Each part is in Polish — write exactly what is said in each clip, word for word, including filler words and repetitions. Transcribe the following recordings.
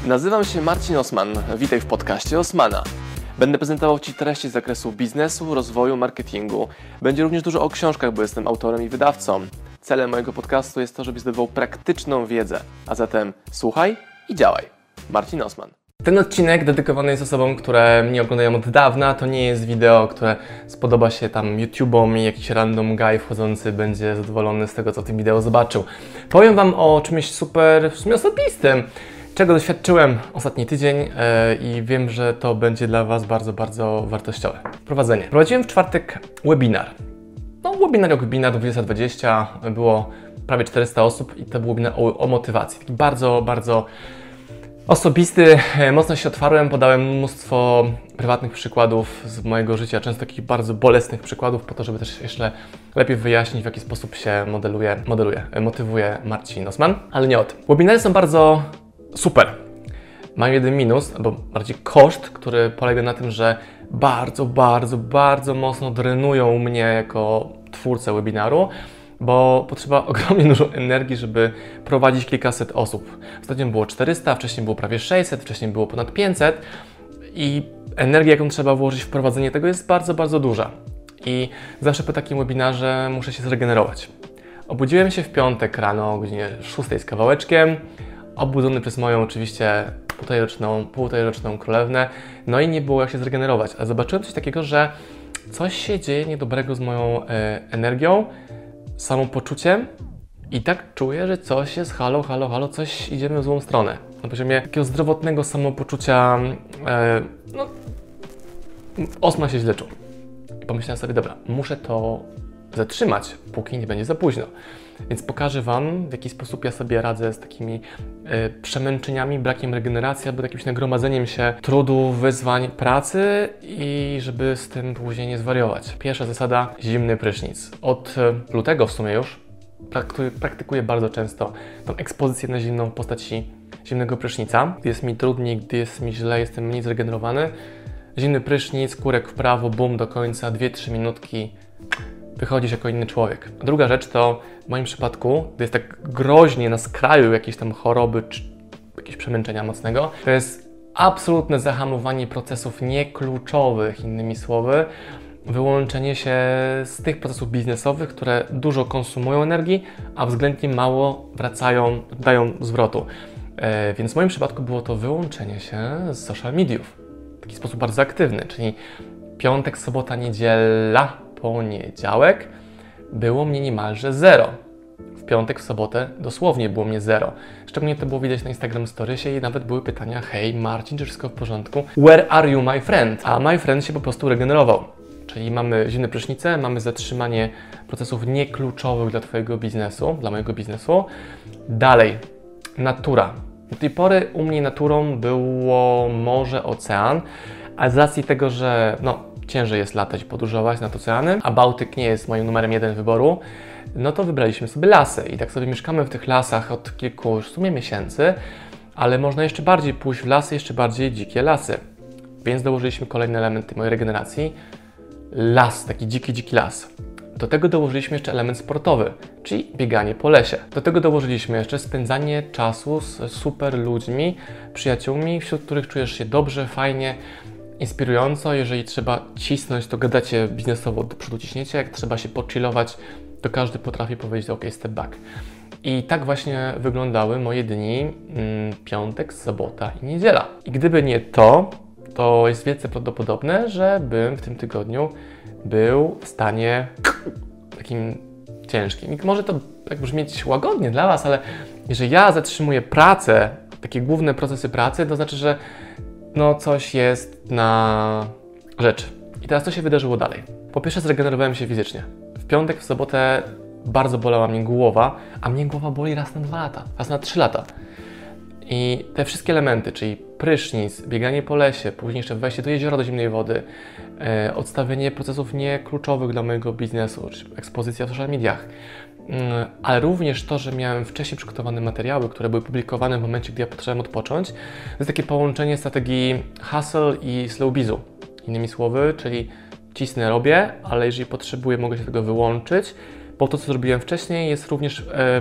Nazywam się Marcin Osman. Witaj w podcaście Osmana. Będę prezentował Ci treści z zakresu biznesu, rozwoju, marketingu. Będzie również dużo o książkach, bo jestem autorem i wydawcą. Celem mojego podcastu jest to, żebyś zdobywał praktyczną wiedzę. A zatem słuchaj i działaj. Marcin Osman. Ten odcinek dedykowany jest osobom, które mnie oglądają od dawna. To nie jest wideo, które spodoba się tam YouTube'om i jakiś random guy wchodzący będzie zadowolony z tego, co w tym wideo zobaczył. Powiem Wam o czymś super, w sumie osobistym, czego doświadczyłem ostatni tydzień yy, i wiem, że to będzie dla Was bardzo, bardzo wartościowe. Wprowadzenie. Prowadziłem w czwartek webinar. No, webinar jak webinar dwudziesta dwadzieścia, było prawie czterysta osób i to był webinar o, o motywacji. Taki bardzo, bardzo osobisty, mocno się otwarłem, podałem mnóstwo prywatnych przykładów z mojego życia, często takich bardzo bolesnych przykładów, po to, żeby też jeszcze lepiej wyjaśnić, w jaki sposób się modeluje, modeluje, motywuje Marcin Osman, ale nie o tym. Webinary są bardzo super. Mają jeden minus, albo bardziej koszt, który polega na tym, że bardzo, bardzo, bardzo mocno drenują mnie jako twórcę webinaru, bo potrzeba ogromnie dużo energii, żeby prowadzić kilkaset osób. Ostatnio było czterysta, wcześniej było prawie sześćset, wcześniej było ponad pięćset i energia, jaką trzeba włożyć w prowadzenie tego, jest bardzo, bardzo duża. I zawsze po takim webinarze muszę się zregenerować. Obudziłem się w piątek rano o godzinie szóstej z kawałeczkiem, obudzony przez moją oczywiście półtorej-roczną, półtorej-roczną królewnę, no i nie było jak się zregenerować. A zobaczyłem coś takiego, że coś się dzieje niedobrego z moją e, energią, samopoczuciem i tak czuję, że coś jest halo, halo, halo, coś idziemy w złą stronę. Na poziomie takiego zdrowotnego samopoczucia, e, no, Osman się źle czuł. I pomyślałem sobie, dobra, muszę to zatrzymać, póki nie będzie za późno. Więc pokażę Wam, w jaki sposób ja sobie radzę z takimi e, przemęczeniami, brakiem regeneracji, albo jakimś nagromadzeniem się trudu, wyzwań, pracy i żeby z tym później nie zwariować. Pierwsza zasada, zimny prysznic. Od e, lutego w sumie już praktykuję, praktykuję bardzo często tą ekspozycję na zimną w postaci zimnego prysznica. Gdy jest mi trudniej, gdy jest mi źle, jestem mniej zregenerowany. Zimny prysznic, kurek w prawo, bum do końca, dwie trzy minutki. Wychodzisz jako inny człowiek. A druga rzecz to w moim przypadku, gdy jest tak groźnie na skraju jakiejś tam choroby czy jakiegoś przemęczenia mocnego, to jest absolutne zahamowanie procesów niekluczowych, innymi słowy, wyłączenie się z tych procesów biznesowych, które dużo konsumują energii, a względnie mało wracają, dają zwrotu. E, więc w moim przypadku było to wyłączenie się z social mediów. W taki sposób bardzo aktywny, czyli piątek, sobota, niedziela, poniedziałek było mnie niemalże zero. W piątek, w sobotę dosłownie było mnie zero. Szczególnie to było widać na Instagram Storiesie i nawet były pytania: hej Marcin, czy wszystko w porządku? Where are you, my friend? A my friend się po prostu regenerował. Czyli mamy zimne prysznice, mamy zatrzymanie procesów niekluczowych dla Twojego biznesu, dla mojego biznesu. Dalej, natura. Do tej pory u mnie naturą było morze, ocean, a z racji tego, że no, ciężej jest latać, podróżować nad oceany, a Bałtyk nie jest moim numerem jeden wyboru, no to wybraliśmy sobie lasy i tak sobie mieszkamy w tych lasach od kilku już w sumie miesięcy, ale można jeszcze bardziej pójść w lasy, jeszcze bardziej dzikie lasy. Więc dołożyliśmy kolejny element tej mojej regeneracji, las, taki dziki, dziki las. Do tego dołożyliśmy jeszcze element sportowy, czyli bieganie po lesie. Do tego dołożyliśmy jeszcze spędzanie czasu z super ludźmi, przyjaciółmi, wśród których czujesz się dobrze, fajnie, inspirująco. Jeżeli trzeba cisnąć, to gadacie biznesowo, do przodu ciśniecie. Jak trzeba się pochillować, to każdy potrafi powiedzieć OK, step back. I tak właśnie wyglądały moje dni mm, piątek, sobota i niedziela. I gdyby nie to, to jest wielce prawdopodobne, że bym w tym tygodniu był w stanie takim ciężkim. I może to tak brzmieć łagodnie dla Was, ale jeżeli ja zatrzymuję pracę, takie główne procesy pracy, to znaczy, że no coś jest na rzecz. I teraz co się wydarzyło dalej? Po pierwsze zregenerowałem się fizycznie. W piątek, w sobotę bardzo bolała mnie głowa, a mnie głowa boli raz na dwa lata, raz na trzy lata. I te wszystkie elementy, czyli prysznic, bieganie po lesie, później jeszcze wejście do jeziora, do zimnej wody, e, odstawienie procesów niekluczowych dla mojego biznesu, czy ekspozycja w social mediach, e, ale również to, że miałem wcześniej przygotowane materiały, które były publikowane w momencie, gdy ja potrzebowałem odpocząć, to jest takie połączenie strategii hustle i slow bizu. Innymi słowy, czyli cisnę, robię, ale jeżeli potrzebuję, mogę się tego wyłączyć, bo to, co zrobiłem wcześniej, jest również e,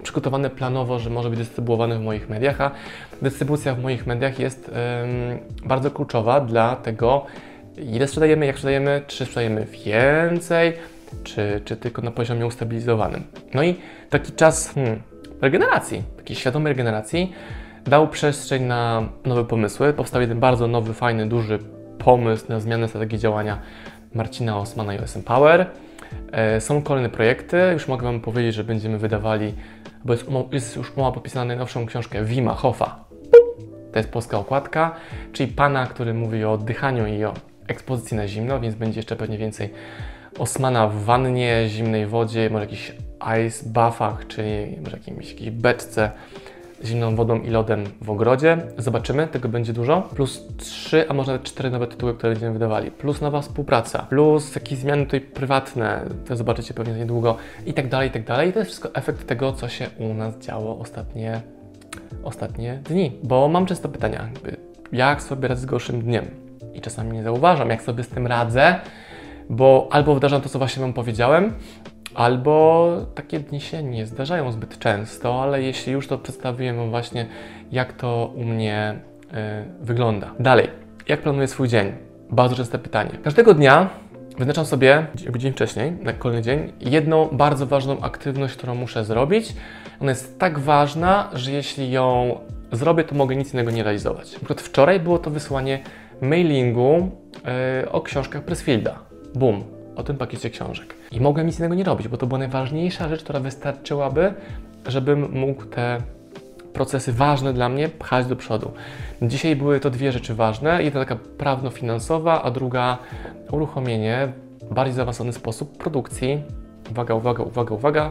przygotowane planowo, że może być dystrybuowany w moich mediach, a dystrybucja w moich mediach jest ym, bardzo kluczowa dla tego, ile sprzedajemy, jak sprzedajemy, czy sprzedajemy więcej, czy, czy tylko na poziomie ustabilizowanym. No i taki czas hmm, regeneracji, takiej świadomej regeneracji dał przestrzeń na nowe pomysły. Powstał jeden bardzo nowy, fajny, duży pomysł na zmianę strategii działania Marcina Osmana i O S M Power. E, są kolejne projekty, już mogę Wam powiedzieć, że będziemy wydawali, bo jest, jest już umowa podpisana na najnowszą książkę Wima Hofa. To jest polska okładka, czyli pana, który mówi o oddychaniu i o ekspozycji na zimno, więc będzie jeszcze pewnie więcej Osmana w wannie, zimnej wodzie, może jakichś ice bathach, czyli może jakimś, jakiejś beczce z zimną wodą i lodem w ogrodzie. Zobaczymy, tego będzie dużo. Plus trzy, a może nawet cztery nowe tytuły, które będziemy wydawali. Plus nowa współpraca. Plus jakieś zmiany tutaj prywatne, to zobaczycie pewnie za niedługo. I tak dalej, i tak dalej. I to jest wszystko efekt tego, co się u nas działo ostatnie, ostatnie dni. Bo mam często pytania, jakby, jak sobie radzę z gorszym dniem? I czasami nie zauważam, jak sobie z tym radzę, bo albo wdrażam to, co właśnie Wam powiedziałem, albo takie dni się nie zdarzają zbyt często, ale jeśli już, to przedstawiłem Wam właśnie, jak to u mnie y, wygląda. Dalej, jak planuję swój dzień? Bardzo częste pytanie. Każdego dnia wyznaczam sobie, jakby dzień wcześniej, na kolejny dzień, jedną bardzo ważną aktywność, którą muszę zrobić. Ona jest tak ważna, że jeśli ją zrobię, to mogę nic innego nie realizować. Na przykład wczoraj było to wysłanie mailingu y, o książkach Pressfielda. Boom. O tym pakiecie książek. I mogłem nic innego nie robić, bo to była najważniejsza rzecz, która wystarczyłaby, żebym mógł te procesy ważne dla mnie pchać do przodu. Dzisiaj były to dwie rzeczy ważne. Jedna taka prawno-finansowa, a druga uruchomienie w bardziej zaawansowany sposób produkcji. Uwaga, uwaga, uwaga, uwaga.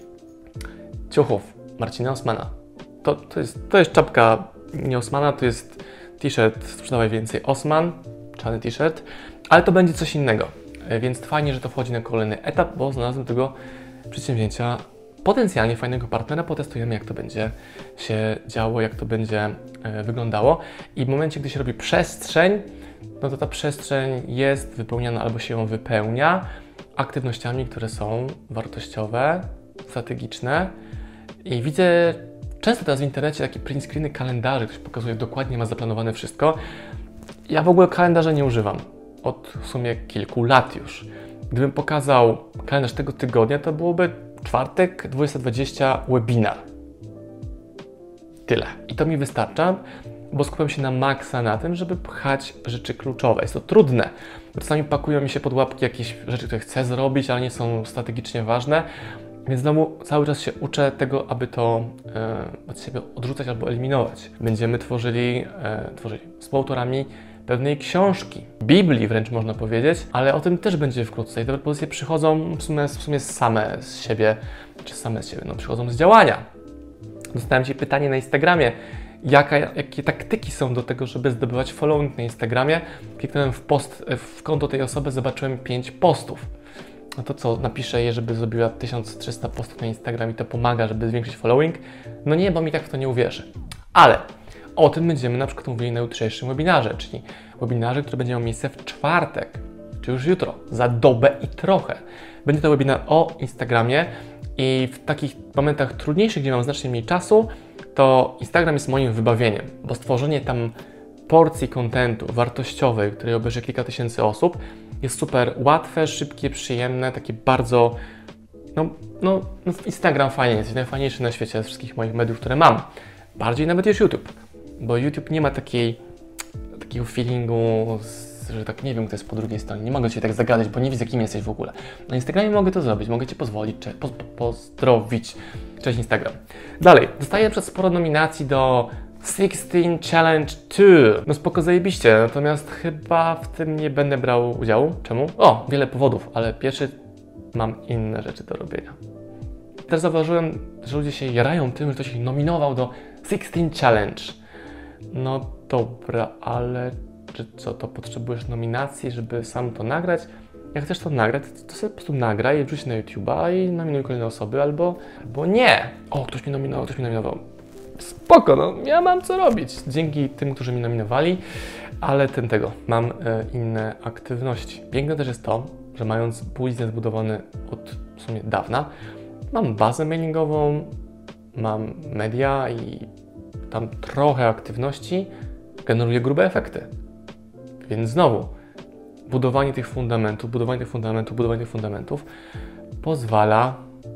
Ciuchów Marcina Osmana. To, to, jest, to jest czapka nie Osmana, to jest t-shirt Sprzedawaj Więcej Osman, czarny t-shirt, ale to będzie coś innego. Więc fajnie, że to wchodzi na kolejny etap, bo znalazłem tego przedsięwzięcia potencjalnie fajnego partnera. Potestujemy, jak to będzie się działo, jak to będzie e, wyglądało. I w momencie, gdy się robi przestrzeń, no to ta przestrzeń jest wypełniana albo się ją wypełnia aktywnościami, które są wartościowe, strategiczne. I widzę często teraz w internecie takie print screeny kalendarzy, ktoś pokazuje dokładnie, ma zaplanowane wszystko. Ja w ogóle kalendarza nie używam. Od w sumie kilku lat już. Gdybym pokazał kalendarz tego tygodnia, to byłoby czwartek, dwudziesta dwadzieścia, webinar. Tyle. I to mi wystarcza, bo skupiam się na maksa na tym, żeby pchać rzeczy kluczowe. Jest to trudne. Czasami pakują mi się pod łapki jakieś rzeczy, które chcę zrobić, ale nie są strategicznie ważne. Więc znowu cały czas się uczę tego, aby to e, od siebie odrzucać albo eliminować. Będziemy tworzyli, e, tworzyli z autorami pewnej książki, Biblii wręcz można powiedzieć, ale o tym też będzie wkrótce. I te propozycje przychodzą w sumie, w sumie same z siebie, czy same z siebie, no przychodzą z działania. Dostałem dzisiaj pytanie na Instagramie, jaka, jakie taktyki są do tego, żeby zdobywać following na Instagramie. Kliknąłem w post, w konto tej osoby, zobaczyłem pięć postów. No to co, napiszę jej, żeby zrobiła tysiąc trzysta postów na Instagram i to pomaga, żeby zwiększyć following? No nie, bo mi tak w to nie uwierzy. Ale o tym będziemy na przykład mówili na jutrzejszym webinarze, czyli webinarze, który będzie miał miejsce w czwartek, czy już jutro, za dobę i trochę. Będzie to webinar o Instagramie i w takich momentach trudniejszych, gdzie mam znacznie mniej czasu, to Instagram jest moim wybawieniem, bo stworzenie tam porcji kontentu wartościowej, której obejrzy kilka tysięcy osób, jest super łatwe, szybkie, przyjemne, takie bardzo... No, no, no Instagram fajnie jest, jest najfajniejszy na świecie z wszystkich moich mediów, które mam. Bardziej nawet niż YouTube. Bo YouTube nie ma takiej, takiego feelingu, że tak nie wiem, kto jest po drugiej stronie. Nie mogę Cię tak zagadać, bo nie widzę, kim jesteś w ogóle. Na Instagramie mogę to zrobić, mogę Cię pozwolić, cze- po, po, pozdrowić. Cześć Instagram. Dalej, dostaję przed sporo nominacji do sixteen Challenge two. No spoko, zajebiście, natomiast chyba w tym nie będę brał udziału. Czemu? O, wiele powodów, ale pierwszy, mam inne rzeczy do robienia. Też zauważyłem, że ludzie się jarają tym, że ktoś ich nominował do sixteen Challenge. No dobra, ale czy co, to potrzebujesz nominacji, żeby sam to nagrać? Jak chcesz to nagrać, to sobie po prostu nagraj i wrzuć na YouTube'a i nominuj kolejne osoby, albo, albo nie. O, ktoś mnie nominował, ktoś mnie nominował. Spoko, no, ja mam co robić. Dzięki tym, którzy mnie nominowali, ale ten tego, mam e, inne aktywności. Piękne też jest to, że mając biznes zbudowany od w sumie dawna, mam bazę mailingową, mam media i tam trochę aktywności generuje grube efekty. Więc znowu, budowanie tych fundamentów, budowanie tych fundamentów, budowanie tych fundamentów pozwala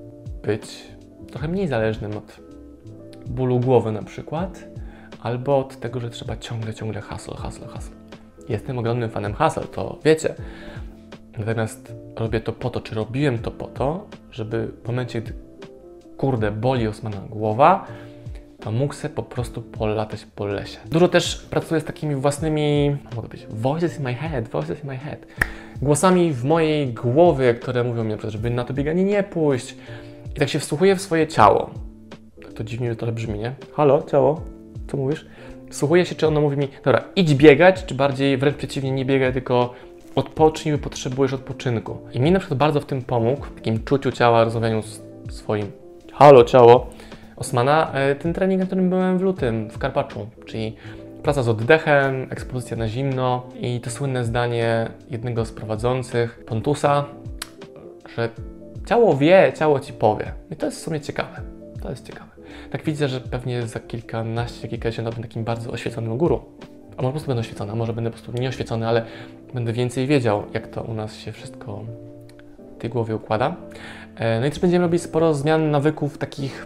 być trochę mniej zależnym od bólu głowy na przykład, albo od tego, że trzeba ciągle, ciągle hustle, hustle, hustle. Jestem ogromnym fanem hustle, to wiecie. Natomiast robię to po to, czy robiłem to po to, żeby w momencie, gdy kurde boli Osmana głowa, to mógł sobie po prostu polatać po lesie. Dużo też pracuję z takimi własnymi, mogę być, voices in my head, voices in my head, głosami w mojej głowie, które mówią mi, żeby na to bieganie nie pójść. I tak się wsłuchuję w swoje ciało. Tak to dziwnie trochę brzmi, nie? Halo, ciało, co mówisz? Wsłuchuję się, czy ono mówi mi, dobra, idź biegać, czy bardziej wręcz przeciwnie, nie biegaj, tylko odpocznij, bo potrzebujesz odpoczynku. I mi na przykład bardzo w tym pomógł, w takim czuciu ciała, rozmawianiu z swoim halo, ciało Osmana, ten trening, na którym byłem w lutym w Karpaczu, czyli praca z oddechem, ekspozycja na zimno i to słynne zdanie jednego z prowadzących, Pontusa, że ciało wie, ciało ci powie. I to jest w sumie ciekawe. To jest ciekawe. Tak widzę, że pewnie za kilkanaście, kilkadziesiąt lat będę takim bardzo oświeconym guru. A może po prostu będę oświecony, a może będę po prostu nieoświecony, ale będę więcej wiedział, jak to u nas się wszystko w tej głowie układa. No i też będziemy robić sporo zmian nawyków takich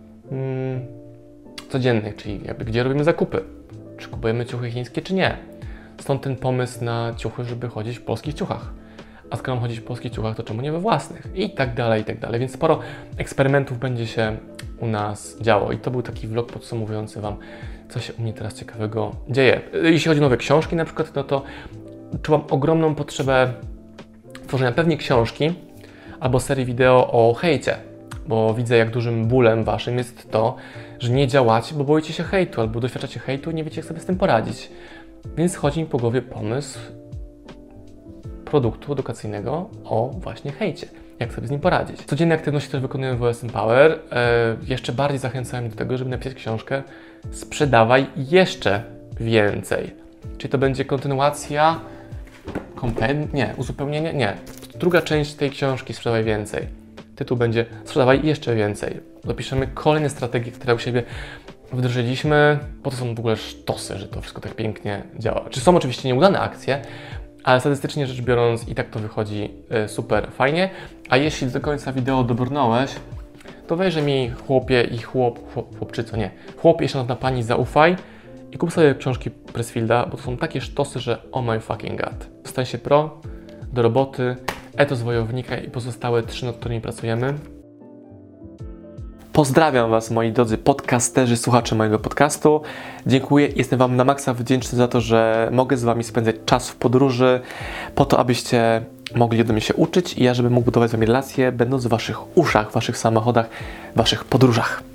mm, codziennych, czyli jakby gdzie robimy zakupy. Czy kupujemy ciuchy chińskie, czy nie. Stąd ten pomysł na ciuchy, żeby chodzić w polskich ciuchach. A skoro mam chodzić w polskich ciuchach, to czemu nie we własnych? I tak dalej, i tak dalej. Więc sporo eksperymentów będzie się u nas działo. I to był taki vlog podsumowujący Wam, co się u mnie teraz ciekawego dzieje. Jeśli chodzi o nowe książki na przykład, no to czułam ogromną potrzebę tworzenia pewnie książki albo serii wideo o hejcie, bo widzę, jak dużym bólem Waszym jest to, że nie działacie, bo boicie się hejtu albo doświadczacie hejtu i nie wiecie, jak sobie z tym poradzić. Więc chodzi mi po głowie pomysł produktu edukacyjnego o właśnie hejcie. Jak sobie z nim poradzić. Codzienne aktywności, które wykonuję w O S M Power, e, jeszcze bardziej zachęcałem do tego, żeby napisać książkę Sprzedawaj jeszcze więcej. Czyli to będzie kontynuacja, kompend... nie, uzupełnienie, nie. Druga część tej książki Sprzedawaj więcej. Tytuł będzie Sprzedawaj jeszcze więcej. Dopiszemy kolejne strategie, które u siebie wdrożyliśmy. Po to są w ogóle sztosy, że to wszystko tak pięknie działa. Czy są oczywiście nieudane akcje, ale statystycznie rzecz biorąc i tak to wychodzi super fajnie. A jeśli do końca wideo dobrnąłeś, to wejrzyj mi chłopie i chłop, chłop chłopczyco, nie, chłopie, szanowna pani, zaufaj i kup sobie książki Pressfielda, bo to są takie sztosy, że oh my fucking god. Stań się pro, do roboty, etos wojownika i pozostałe trzy, nad którymi pracujemy. Pozdrawiam Was, moi drodzy podcasterzy, słuchacze mojego podcastu. Dziękuję, jestem Wam na maksa wdzięczny za to, że mogę z Wami spędzać czas w podróży, po to, abyście mogli ode mnie się uczyć i ja, żebym mógł budować z Wami relacje, będąc w Waszych uszach, w Waszych samochodach, w Waszych podróżach.